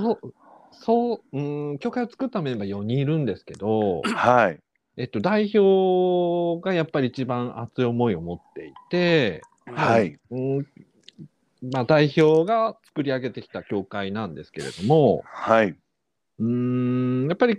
教会を作ったメンバー4人いるんですけど、 はい。 代表がやっぱり一番熱い思いを持っていて、 はい。 代表が作り上げてきた教会なんですけれども、 はい。 やっぱり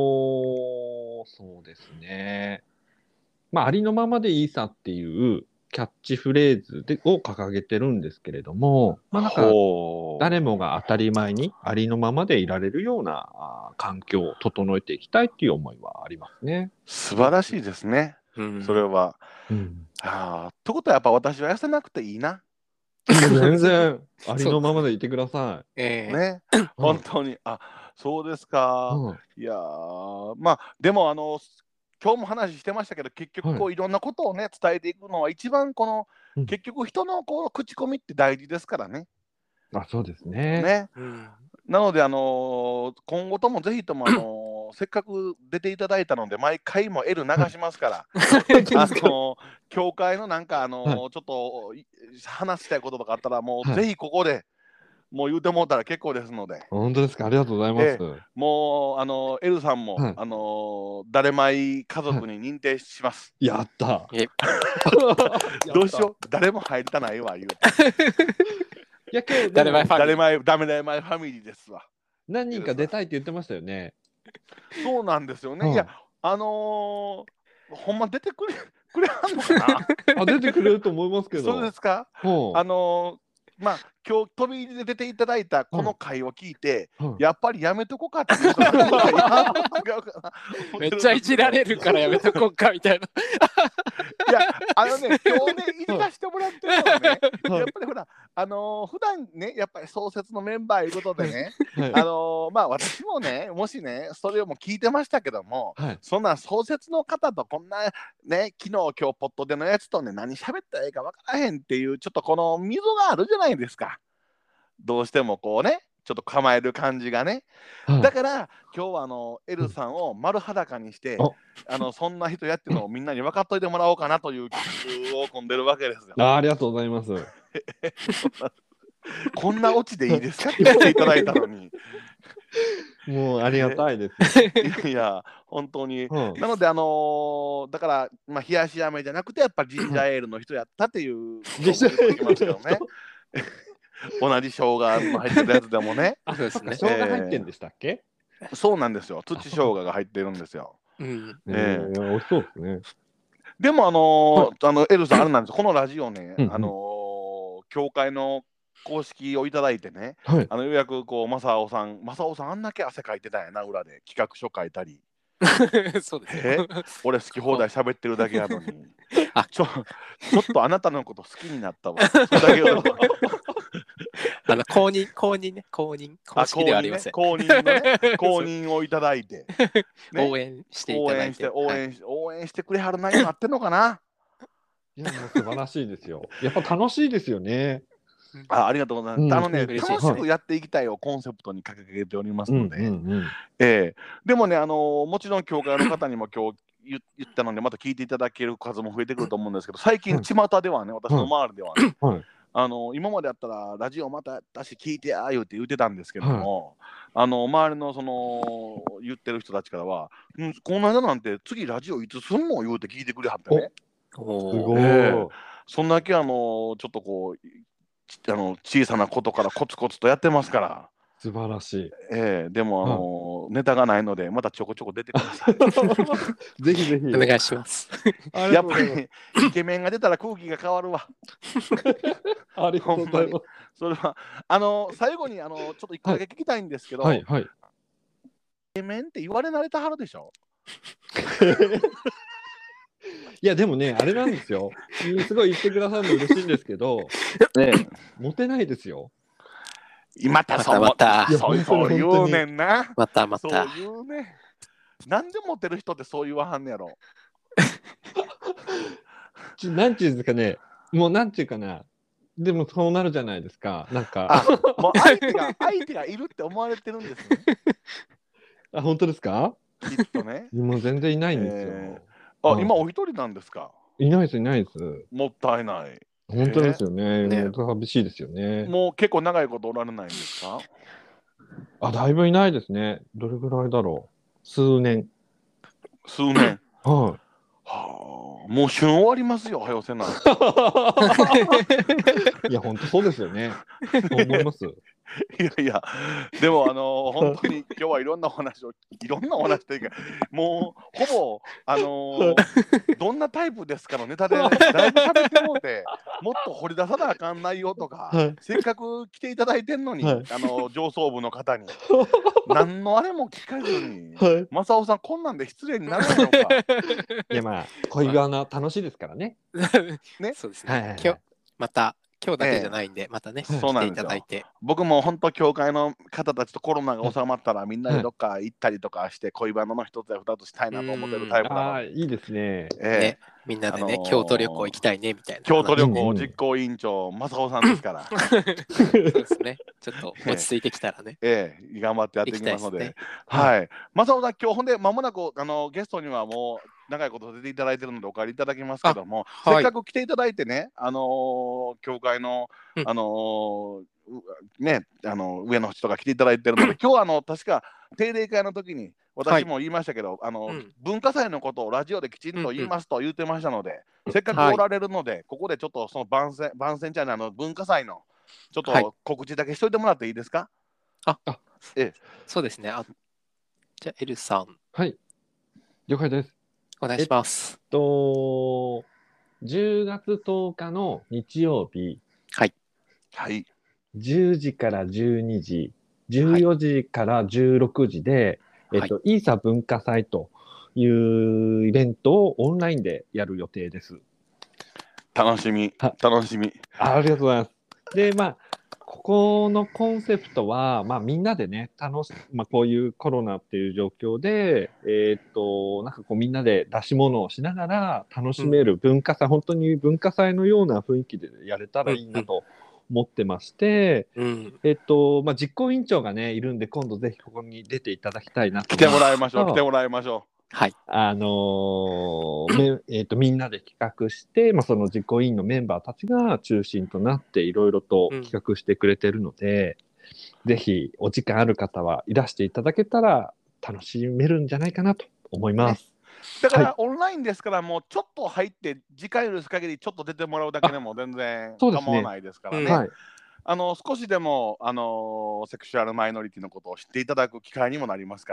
そうですね。ありのままでいいさっていうキャッチフレーズを掲げてるんですけれども、なんか誰もが当たり前にありのままでいられるような環境を整えていきたいっていう思いはありますね。 素晴らしいですね。それは。ということはやっぱ私は痩せなくていいな。 全然ありのままでいてください。 ね、本当に。そうですか。いやでも今日も話してましたけど、結局いろんなことをね伝えていくのは一番結局人の口コミって大事ですからね。 そうですね。 なので今後ともぜひともせっかく出ていただいたので毎回も L 流しますから教会のなんかちょっと話したいこととかあったらもうぜひここでもう言うてもうたら結構ですので。 本当ですか？ありがとうございます。 もうL さんも誰まい家族に認定します。 やった。 どうしよう、誰も入りたないわ言うて。 誰まいファミリーですわ。 何人か出たいって言ってましたよね。 そうなんですよね。いやほんま出てくれはんのかな。出てくれると思いますけど。 そうですか。今日飛び入りで出ていただいたこの回を聞いて、やっぱりやめとこうかっていう人がめっちゃいじられるからやめとこうかみたいな。 いや今日ねいじらせてもらってるのはね、やっぱりほら普段ねやっぱり創設のメンバーいうことでね、私もねもしねそれをも聞いてましたけども、そんな創設の方とこんなね昨日今日ポットでのやつとね何喋ったらいいか分からへんっていうちょっとこの溝があるじゃないですか。どうしてもこうねちょっと構える感じがね、だから今日はL さんを丸裸にして、そんな人やってるのをみんなに分かっといてもらおうかなという企画を組んでるわけですよ。 ありがとうございます。 こんなオチでいいですかって言っていただいたのに。 もうありがたいです。 いや本当に、なのでだから冷やし飴じゃなくてやっぱりジンジャーエールの人やったっていうことを言ってきましたよね。同じ生姜の入ってるやつでもね。 そうですね。生姜入ってんでしたっけ？ そうなんですよ。土生姜が入ってるんですよ。 美味しそうですね。 でもエルさんあれなんですよ。このラジオね、教会の公式をいただいてね、ようやく正雄さんあんだけ汗かいてたんやな、裏で企画書書いたり。 そうですね。 俺好き放題喋ってるだけやのにちょっとあなたのこと好きになったわ。 公認公式ではありません。 公認をいただいて応援していただいて応援してくれはる内容になってんのかな。 いやもう素晴らしいですよ。やっぱ楽しいですよね。 ありがとうございます。楽しくやっていきたいをコンセプトに掲げておりますので、でもねもちろん教会の方にも今日言ったのでまた聞いていただける数も増えてくると思うんですけど、最近巷ではね、私の周りではね、今までやったらラジオまたやったし聞いて言ってたんですけども、周りの言ってる人たちからは、この間なんて次ラジオいつすんの言うて聞いてくれはってね。 すごい。 そんだけちょっと小さなことからコツコツとやってますから。 素晴らしい。 でもネタがないのでまたちょこちょこ出てください。 ぜひぜひお願いします。 やっぱりイケメンが出たら空気が変わるわ。 ありがとうございます。 それは最後にちょっと一個だけ聞きたいんですけど、イケメンって言われ慣れたはるでしょ。 いやでもねあれなんですよ。すごい言ってくださるの嬉しいんですけど、モテないですよ。 またそういうねんな。 また。 そういうね。なんでモテる人ってそう言わはんねやろ。 なんていうんですかね。もうなんていうかな。でもそうなるじゃないですか。なんかもう相手がいるって思われてるんですね。 あ、本当ですか？ きっとね。 もう全然いないんですよ。 今お一人なんですか？ いないです。 もったいない。 本当ですよね。もう寂しいですよね。 もう結構長いことおられないんですか？ だいぶいないですね。どれぐらいだろう。数年。 はい。もう旬終わりますよ、はよせな。 いや、本当そうですよね。そう思います。 いや、でも本当に今日はいろんなお話というか、もうほぼどんなタイプですかのネタでだいぶ喋ってもうて、もっと掘り出さなあかん内容とか、せっかく来ていただいてんのに、上層部の方に何のあれも聞かずに、正雄さんこんなんで失礼にならないのか。 いやまあ恋バナ楽しいですからね。 ね、そうですね。今日だけじゃないんで、またね、来ていただいて。 僕も本当教会の方たちとコロナが収まったらみんなでどっか行ったりとかして恋バナの一つや二つしたいなと思ってるタイプなので。 いいですね。 みんなでね、京都旅行行きたいねみたいな。 京都旅行実行委員長正雄さんですから。 そうですね。ちょっと落ち着いてきたらね。 頑張ってやっていきますので。はい。正雄さん今日ほんで間もなくゲストにはもう長いこと出ていただいてるのでお帰りいただきますけども、せっかく来ていただいてね、教会のね、上の人が来ていただいてるので、今日確か定例会の時に私も言いましたけど、文化祭のことをラジオできちんと言いますと言ってましたので、せっかくおられるので、ここでちょっとその番宣チャンネル文化祭のちょっと告知だけしといてもらっていいですか？ そうですね。じゃあエルさん。 はい。了解です。 お願いします。 10月10日の日曜日。 はい。 10時から12時、14時から16時で、イーサ文化祭というイベントをオンラインでやる予定です。 楽しみ。 ありがとうございます。で、ここのコンセプトは、みんなでね、こういうコロナっていう状況で、なんかこうみんなで出し物をしながら楽しめる文化祭、本当に文化祭のような雰囲気でやれたらいいなと思ってまして、実行委員長がね、いるんで、今度ぜひここに出ていただきたいなと。 来てもらいましょう。 はい。 みんなで企画して、その実行委員のメンバーたちが中心となっていろいろと企画してくれてるので、ぜひお時間ある方はいらしていただけたら楽しめるんじゃないかなと思います。 だからオンラインですから、もうちょっと入って時間許す限りちょっと出てもらうだけでも全然構わないですからね。少しでもセクシュアルマイノリティのことを知っていただく機会にもなりますから。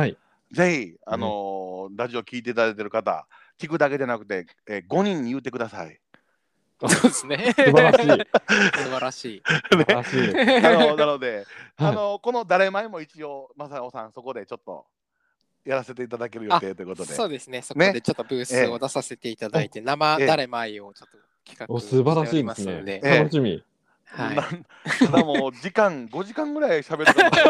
ぜひラジオ聞いていただいている方、聞くだけじゃなくて、5人に言ってください。 そうですね。 素晴らしい。 素晴らしい。 なので、この誰前も一応正雄さんそこでちょっとやらせていただける予定ということで。 そうですね。そこでちょっとブースを出させていただいて、生誰前をちょっと企画しておりますので。 楽しみ。 ただもう5時間ぐらい喋ってます。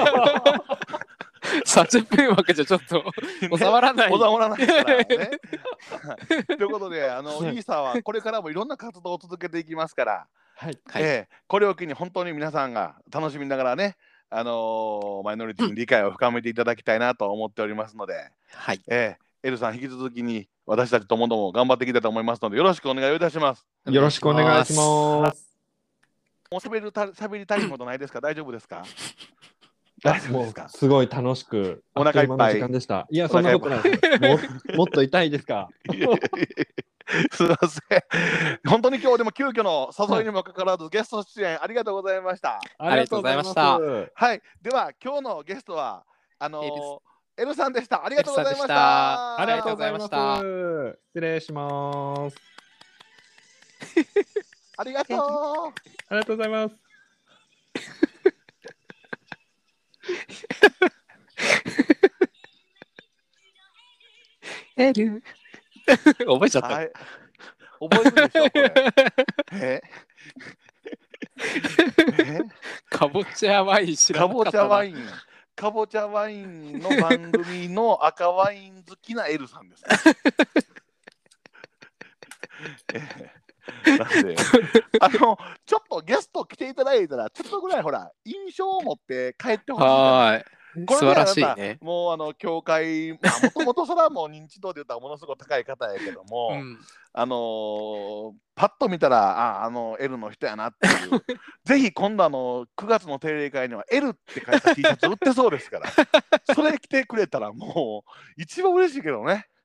30分枠じゃちょっと収まらない。 収まらないからね。ということで、イーサはこれからもいろんな活動を続けていきますから、これを機に本当に皆さんが楽しみながらね、マイノリティに理解を深めていただきたいなと思っておりますので、エルさん引き続きに私たちともども頑張っていきたいと思いますので、よろしくお願いいたします。 よろしくお願いします。 もう喋りたいことないですか？大丈夫ですか？ もうすごい楽しくお腹いっぱい。 いや、そんなことないです。もっと痛いですか？ すみません。本当に今日でも急遽の誘いにもかかわらずゲスト出演ありがとうございました。 ありがとうございました。 はい。では今日のゲストはエルさんでした。ありがとうございました。 ありがとうございました。失礼します。 ありがとう。 ありがとうございます。 エル覚えちゃった。 はい、覚えるでしょこれ。 かぼちゃワイン知らなかったな。 かぼちゃワインの番組の赤ワイン好きなエルさんです。なんでちょっとゲスト来ていただいたらちょっとぐらいほら印象を持って帰ってほしい。 はい。素晴らしいね。 もう教会もともとそれはもう認知度で言ったらものすごく高い方やけども、パッと見たらL の人やなっていうぜひ今度9月の定例会には L って書いた T シャツ売ってそうですからそれ着てくれたらもう一番嬉しいけどね。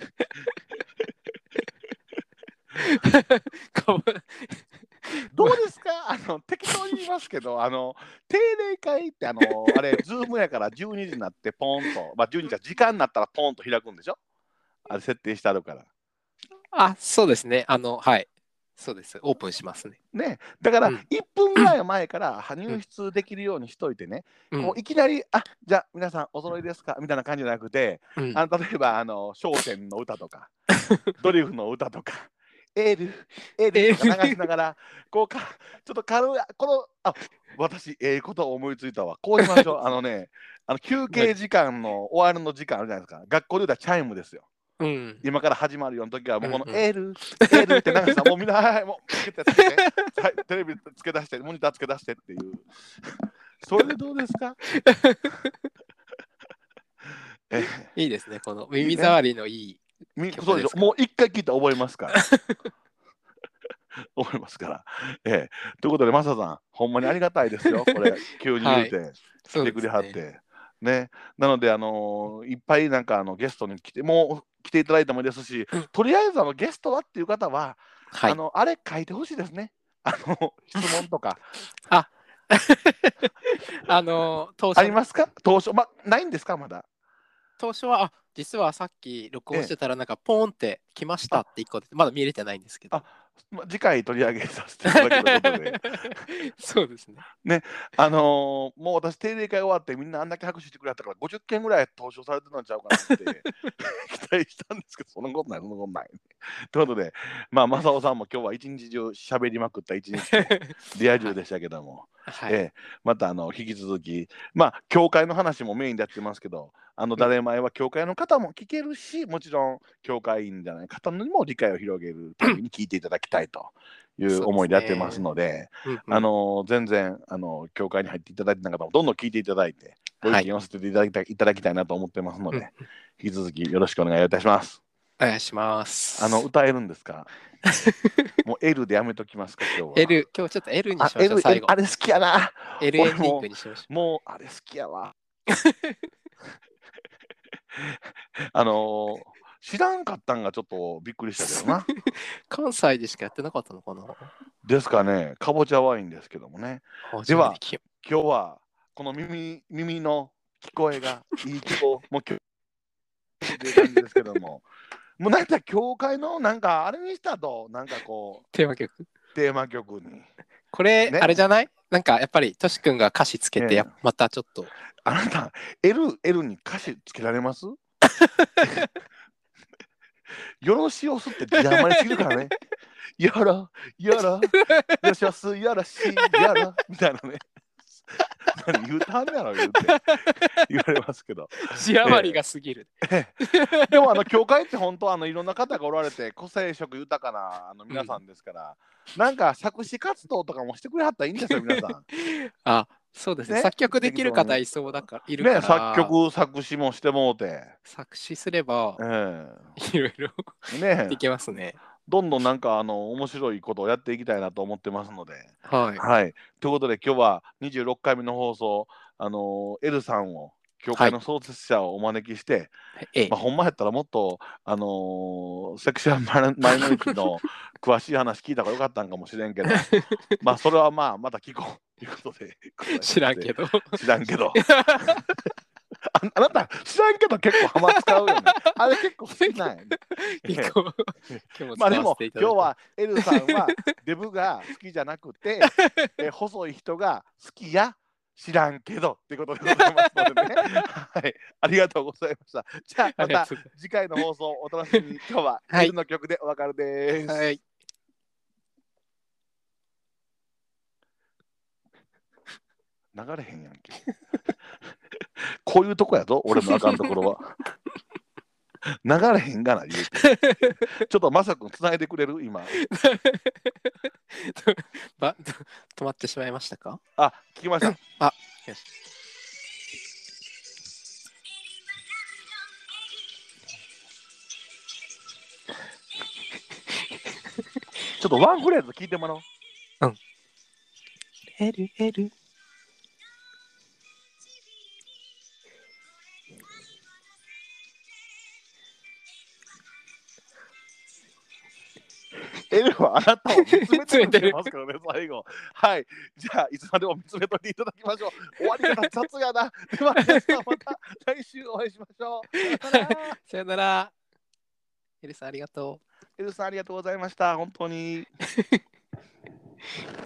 どうですか適当に言いますけど定例会ってあれズームやから12時になってポンと12時じゃ時間になったらポンと開くんでしょ。あれ設定してあるから。 そうですね。はい。そうです。オープンしますね。 ね、だから1分ぐらい前から入室できるようにしといてね、こういきなりじゃあ皆さんお揃いですかみたいな感じじゃなくて、例えば笑点の歌とかドリフの歌とかエールとか流しながらこうちょっと軽い私こと思いついたわ。こうしましょう。休憩時間の終わりの時間あるじゃないですか。学校で言ったらチャイムですよ。今から始まるような時はもうこのエールって流したらもうみんなもうつけてテレビつけ出してモニターつけ出してっていうそれでどうですか？ いいですね。この耳障りのいいそうでしょ。もう一回聞いたら覚えますから覚えますから。ということでマサさんほんまにありがたいですよ。これ急に言うて来てくれはってね。なのでいっぱいなんかゲストに来ていただいてもいいですし、とりあえずゲストはっていう方は、あれ書いてほしいですね。質問とか。ありますか？当初ないんですかまだ？ 当初は実はさっき録音してたらなんかポーンって来ましたって1個でまだ見れてないんですけど。 次回取り上げさせていただくということでそうですね。 ね、もう私定例会終わってみんなあんだけ拍手してくれたから50件ぐらい投書されてたんちゃうかなって期待したんですけどそんなことない。ということで正雄さんも今日は一日中喋りまくった一日リア充でしたけども、また引き続き教会の話もメインでやってますけど誰前は教会の方も聞けるしもちろん教会員じゃない方にも理解を広げるために聞いていただきたいという思いでやってますので、全然教会に入っていただいてない方もどんどん聞いていただいてご意見を寄せていただきたいなと思ってますので、引き続きよろしくお願いいたします。 お願いします。 歌えるんですか？もう L でやめときますか今日は。 今日ちょっと L にしましょう。最後あれ好きやな。 L エンディングにしましょう。 もうあれ好きやわ。知らんかったんがちょっとびっくりしたけどな。 関西でしかやってなかったのかな。 ですかね。かぼちゃワインですけどもね。では今日はこの耳の聞こえがいい気候もう今日っていう感じですけどももうなんか教会のなんかあれにしたとなんかこうテーマ曲にこれ、あれじゃない？なんかやっぱりとし君が歌詞つけてまたちょっとあなた L に歌詞つけられます？よろしおすって字余りすぎるからね。よろよしおすよろしよろみたいなね。何言うたんやろ言われますけど。 字余りが過ぎる。 でも教会って本当いろんな方がおられて個性色豊かな皆さんですから、なんか作詞活動とかもしてくれはったらいいんですよ皆さん。 そうですね。作曲できる方いそうだからいるから。 作曲作詞もしてもうて。 作詞すればいろいろできますね。 どんどんなんか面白いことをやっていきたいなと思ってますので。 はい。 ということで今日は26回目の放送L さんを教会の創設者をお招きして、ほんまやったらもっとセクシュアルマイノリティの詳しい話聞いた方がよかったんかもしれんけどそれはまた聞こうということで知らんけどあなた知らんけど結構ハマ使うよね。あれ結構好きなんやね。でも今日は L さんはデブが好きじゃなくて細い人が好きや知らんけどってことでございますのでね。 ありがとうございました。じゃあまた次回の放送お楽しみに。今日はエルの曲でお別れです。はい。流れへんやんけ。こういうとこやぞ、俺のあかんところは。流れへんがな言うて。ちょっとまさくんつないでくれる今。 止まってしまいましたか？ あ、聞きました。 あ、よし。 ちょっとワンフレーズ聞いてもらおう。 うん。エルエル。 エルはあなたを見つめてくれますからね、最後。はい。じゃあ、いつまでも見つめといていただきましょう。終わり方雑やな。では、皆さんまた来週お会いしましょう。 さよなら。エルさんありがとう。 エルさんありがとうございました。本当に。